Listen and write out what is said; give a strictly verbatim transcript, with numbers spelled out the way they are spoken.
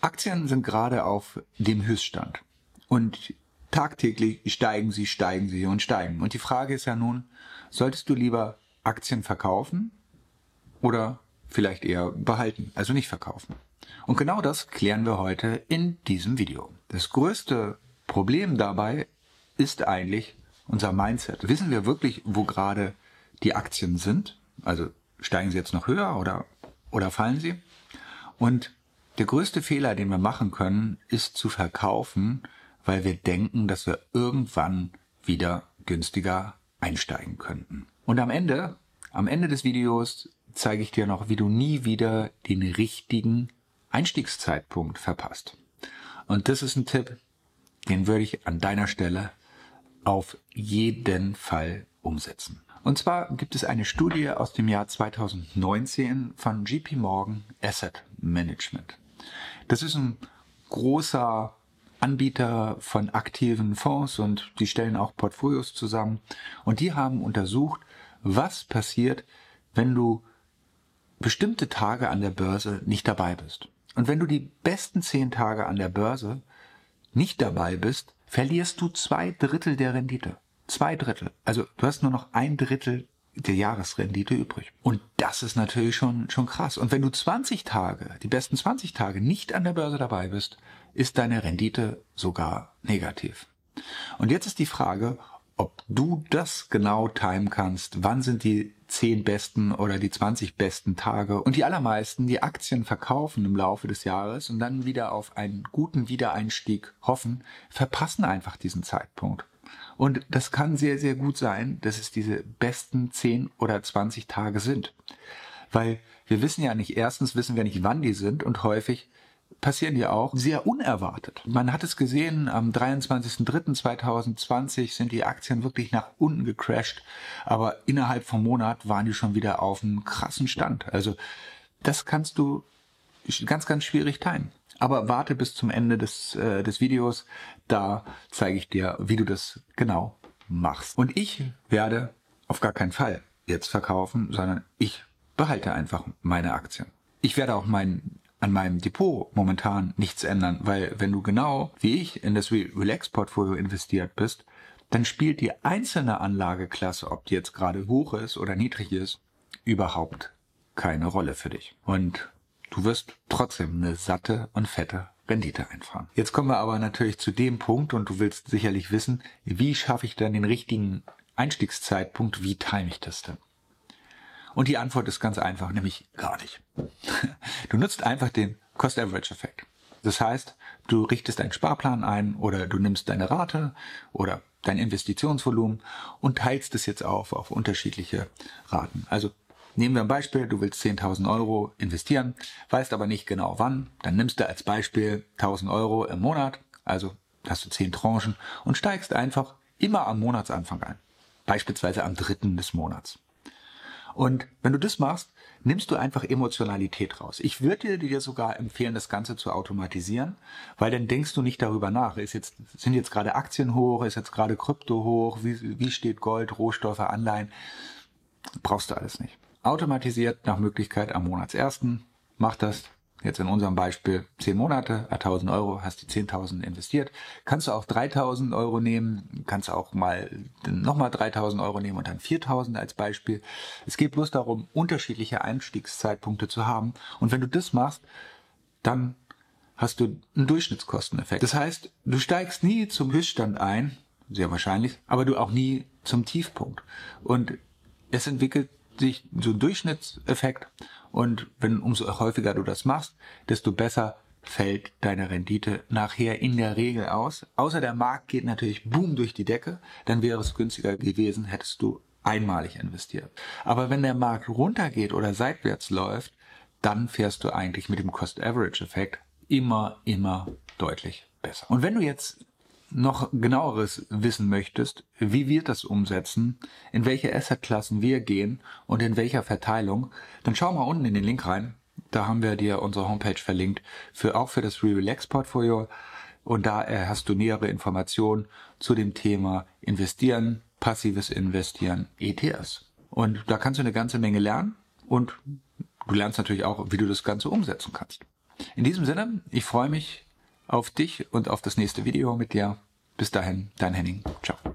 Aktien sind gerade auf dem Höchststand und tagtäglich steigen sie, steigen sie und steigen. Und die Frage ist ja nun, solltest du lieber Aktien verkaufen oder vielleicht eher behalten, also nicht verkaufen? Und genau das klären wir heute in diesem Video. Das größte Problem dabei ist eigentlich unser Mindset. Wissen wir wirklich, wo gerade die Aktien sind? Also steigen sie jetzt noch höher oder, oder fallen sie? Und der größte Fehler, den wir machen können, ist zu verkaufen, weil wir denken, dass wir irgendwann wieder günstiger einsteigen könnten. Und am Ende, am Ende des Videos zeige ich dir noch, wie du nie wieder den richtigen Einstiegszeitpunkt verpasst. Und das ist ein Tipp, den würde ich an deiner Stelle auf jeden Fall umsetzen. Und zwar gibt es eine Studie aus dem Jahr zweitausendneunzehn von J P Morgan Asset Management. Das ist ein großer Anbieter von aktiven Fonds und die stellen auch Portfolios zusammen. Und die haben untersucht, was passiert, wenn du bestimmte Tage an der Börse nicht dabei bist. Und wenn du die besten zehn Tage an der Börse nicht dabei bist, verlierst du zwei Drittel der Rendite. Zwei Drittel. Also du hast nur noch ein Drittel der Jahresrendite übrig. Und das ist natürlich schon, schon krass. Und wenn du zwanzig Tage, die besten zwanzig Tage nicht an der Börse dabei bist, ist deine Rendite sogar negativ. Und jetzt ist die Frage, ob du das genau timen kannst. Wann sind die zehn besten oder die zwanzig besten Tage? Und die allermeisten, die Aktien verkaufen im Laufe des Jahres und dann wieder auf einen guten Wiedereinstieg hoffen, verpassen einfach diesen Zeitpunkt. Und das kann sehr, sehr gut sein, dass es diese besten zehn oder zwanzig Tage sind. Weil wir wissen ja nicht, erstens wissen wir nicht, wann die sind und häufig passieren die auch sehr unerwartet. Man hat es gesehen, am dreiundzwanzigsten dritten zweitausendzwanzig sind die Aktien wirklich nach unten gecrasht, aber innerhalb vom Monat waren die schon wieder auf einem krassen Stand. Also das kannst du ganz, ganz schwierig timen. Aber warte bis zum Ende des, äh, des Videos, da zeige ich dir, wie du das genau machst. Und ich werde auf gar keinen Fall jetzt verkaufen, sondern ich behalte einfach meine Aktien. Ich werde auch mein, an meinem Depot momentan nichts ändern, weil wenn du genau wie ich in das Relax-Portfolio investiert bist, dann spielt die einzelne Anlageklasse, ob die jetzt gerade hoch ist oder niedrig ist, überhaupt keine Rolle für dich. Und du wirst trotzdem eine satte und fette Rendite einfahren. Jetzt kommen wir aber natürlich zu dem Punkt und du willst sicherlich wissen, wie schaffe ich dann den richtigen Einstiegszeitpunkt, wie time ich das denn? Und die Antwort ist ganz einfach, nämlich gar nicht. Du nutzt einfach den Cost-Average-Effekt. Das heißt, du richtest einen Sparplan ein oder du nimmst deine Rate oder dein Investitionsvolumen und teilst es jetzt auf auf unterschiedliche Raten. Also nehmen wir ein Beispiel, du willst zehntausend Euro investieren, weißt aber nicht genau wann, dann nimmst du als Beispiel tausend Euro im Monat, also hast du zehn Tranchen und steigst einfach immer am Monatsanfang ein, beispielsweise am dritten des Monats. Und wenn du das machst, nimmst du einfach Emotionalität raus. Ich würde dir sogar empfehlen, das Ganze zu automatisieren, weil dann denkst du nicht darüber nach. Ist jetzt, sind jetzt gerade Aktien hoch, ist jetzt gerade Krypto hoch, wie, wie steht Gold, Rohstoffe, Anleihen? Brauchst du alles nicht. Automatisiert nach Möglichkeit am Monatsersten. Mach das jetzt in unserem Beispiel zehn Monate, tausend Euro, hast die zehntausend investiert. Kannst du auch dreitausend Euro nehmen, kannst du auch mal nochmal dreitausend Euro nehmen und dann viertausend als Beispiel. Es geht bloß darum, unterschiedliche Einstiegszeitpunkte zu haben. Und wenn du das machst, dann hast du einen Durchschnittskosteneffekt. Das heißt, du steigst nie zum Höchststand ein, sehr wahrscheinlich, aber du auch nie zum Tiefpunkt. Und es entwickelt sich so ein Durchschnittseffekt und wenn umso häufiger du das machst, desto besser fällt deine Rendite nachher in der Regel aus. Außer der Markt geht natürlich boom durch die Decke, dann wäre es günstiger gewesen, hättest du einmalig investiert. Aber wenn der Markt runtergeht oder seitwärts läuft, dann fährst du eigentlich mit dem Cost-Average-Effekt immer, immer deutlich besser. Und wenn du jetzt noch genaueres wissen möchtest, wie wir das umsetzen, in welche Assetklassen wir gehen und in welcher Verteilung, dann schau mal unten in den Link rein. Da haben wir dir unsere Homepage verlinkt, für auch für das Relax-Portfolio. Und da hast du nähere Informationen zu dem Thema Investieren, passives Investieren, E T Fs. Und da kannst du eine ganze Menge lernen und du lernst natürlich auch, wie du das Ganze umsetzen kannst. In diesem Sinne, ich freue mich auf dich und auf das nächste Video mit dir. Bis dahin, dein Henning. Ciao.